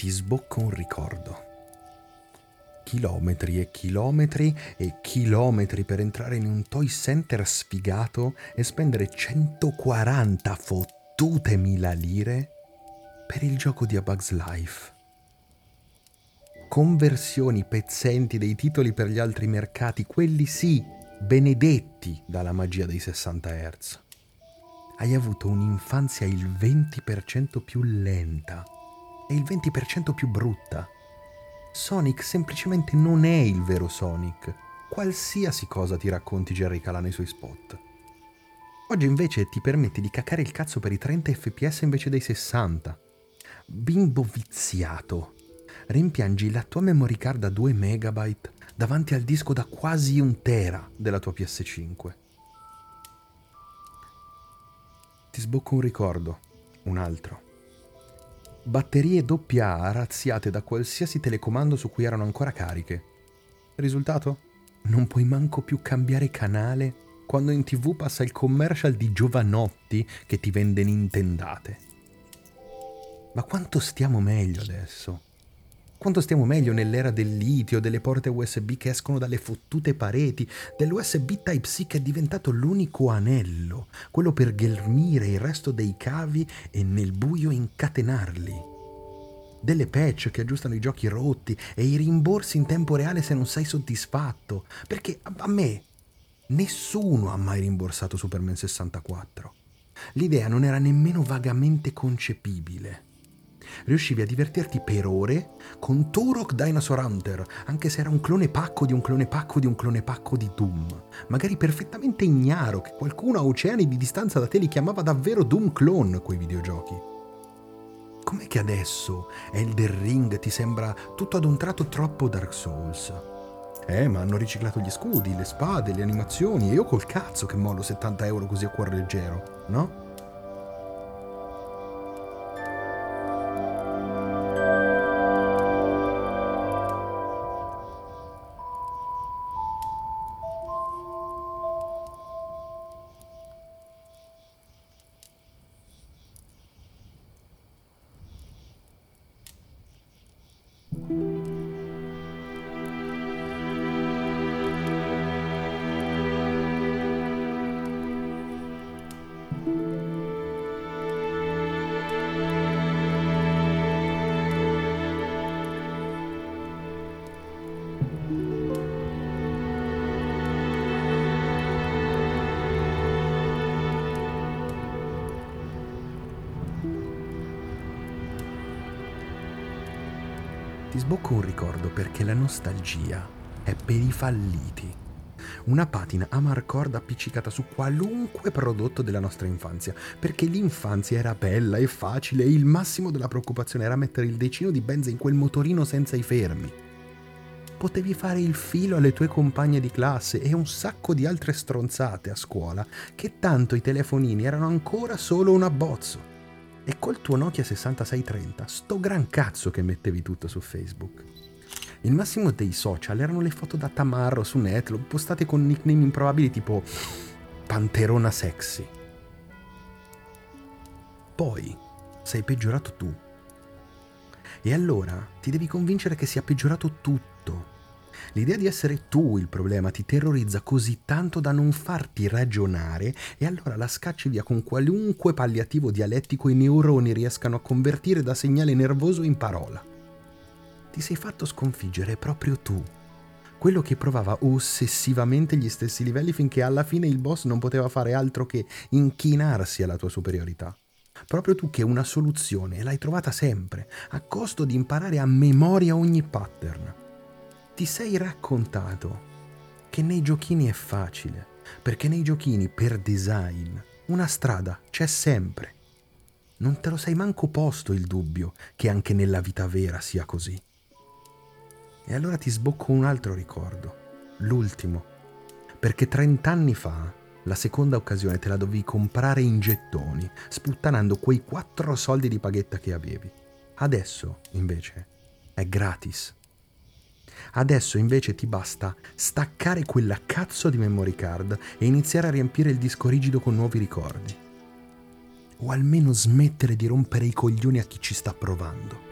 ti sbocca un ricordo. Chilometri e chilometri e chilometri per entrare in un toy center sfigato e spendere 140 fottute mila lire per il gioco di A Bug's Life. Conversioni pezzenti dei titoli per gli altri mercati, quelli sì, benedetti dalla magia dei 60 Hz. Hai avuto un'infanzia il 20% più lenta e il 20% più brutta. Sonic semplicemente non è il vero Sonic, qualsiasi cosa ti racconti Jerry Calà nei suoi spot. Oggi invece ti permetti di cacare il cazzo per i 30 fps invece dei 60. Bimbo viziato, rimpiangi la tua memory card da 2 megabyte davanti al disco da quasi 1 tera della tua PS5. Ti sbocca un ricordo, un altro. Batterie AA razziate da qualsiasi telecomando su cui erano ancora cariche. Risultato? Non puoi manco più cambiare canale quando in TV passa il commercial di Giovanotti che ti vende Nintendate. Ma quanto stiamo meglio adesso? Quanto stiamo meglio nell'era del litio, delle porte USB che escono dalle fottute pareti, dell'USB Type-C che è diventato l'unico anello, quello per ghermire il resto dei cavi e nel buio incatenarli. Delle patch che aggiustano i giochi rotti e i rimborsi in tempo reale se non sei soddisfatto. Perché a me nessuno ha mai rimborsato Superman 64. L'idea non era nemmeno vagamente concepibile. Riuscivi a divertirti per ore con Turok Dinosaur Hunter, anche se era un clone pacco di un clone pacco di un clone pacco di Doom, magari perfettamente ignaro che qualcuno a oceani di distanza da te li chiamava davvero Doom Clone quei videogiochi. Com'è che adesso Elden Ring ti sembra tutto ad un tratto troppo Dark Souls? Ma hanno riciclato gli scudi, le spade, le animazioni e io col cazzo che mollo 70 euro così a cuore leggero, no? Ti sbocco un ricordo perché la nostalgia è per i falliti. Una patina Amarcord appiccicata su qualunque prodotto della nostra infanzia, perché l'infanzia era bella e facile e il massimo della preoccupazione era mettere il decino di benza in quel motorino senza i fermi. Potevi fare il filo alle tue compagne di classe e un sacco di altre stronzate a scuola, che tanto i telefonini erano ancora solo un abbozzo. E col tuo Nokia 6630, sto gran cazzo che mettevi tutto su Facebook. Il massimo dei social erano le foto da tamarro su Netlog postate con nickname improbabili tipo Panterona Sexy. Poi sei peggiorato tu. E allora ti devi convincere che sia peggiorato tutto. L'idea di essere tu il problema ti terrorizza così tanto da non farti ragionare e allora la scacci via con qualunque palliativo dialettico i neuroni riescano a convertire da segnale nervoso in parola. Ti sei fatto sconfiggere proprio tu, quello che provava ossessivamente gli stessi livelli finché alla fine il boss non poteva fare altro che inchinarsi alla tua superiorità. Proprio tu che una soluzione l'hai trovata sempre, a costo di imparare a memoria ogni pattern. Ti sei raccontato che nei giochini è facile, perché nei giochini, per design, una strada c'è sempre. Non te lo sei manco posto il dubbio che anche nella vita vera sia così. E allora ti sbocco un altro ricordo, l'ultimo, perché 30 anni fa la seconda occasione te la dovevi comprare in gettoni, sputtanando quei 4 soldi di paghetta che avevi. Adesso, invece, è gratis. Adesso invece ti basta staccare quella cazzo di memory card e iniziare a riempire il disco rigido con nuovi ricordi. O almeno smettere di rompere i coglioni a chi ci sta provando.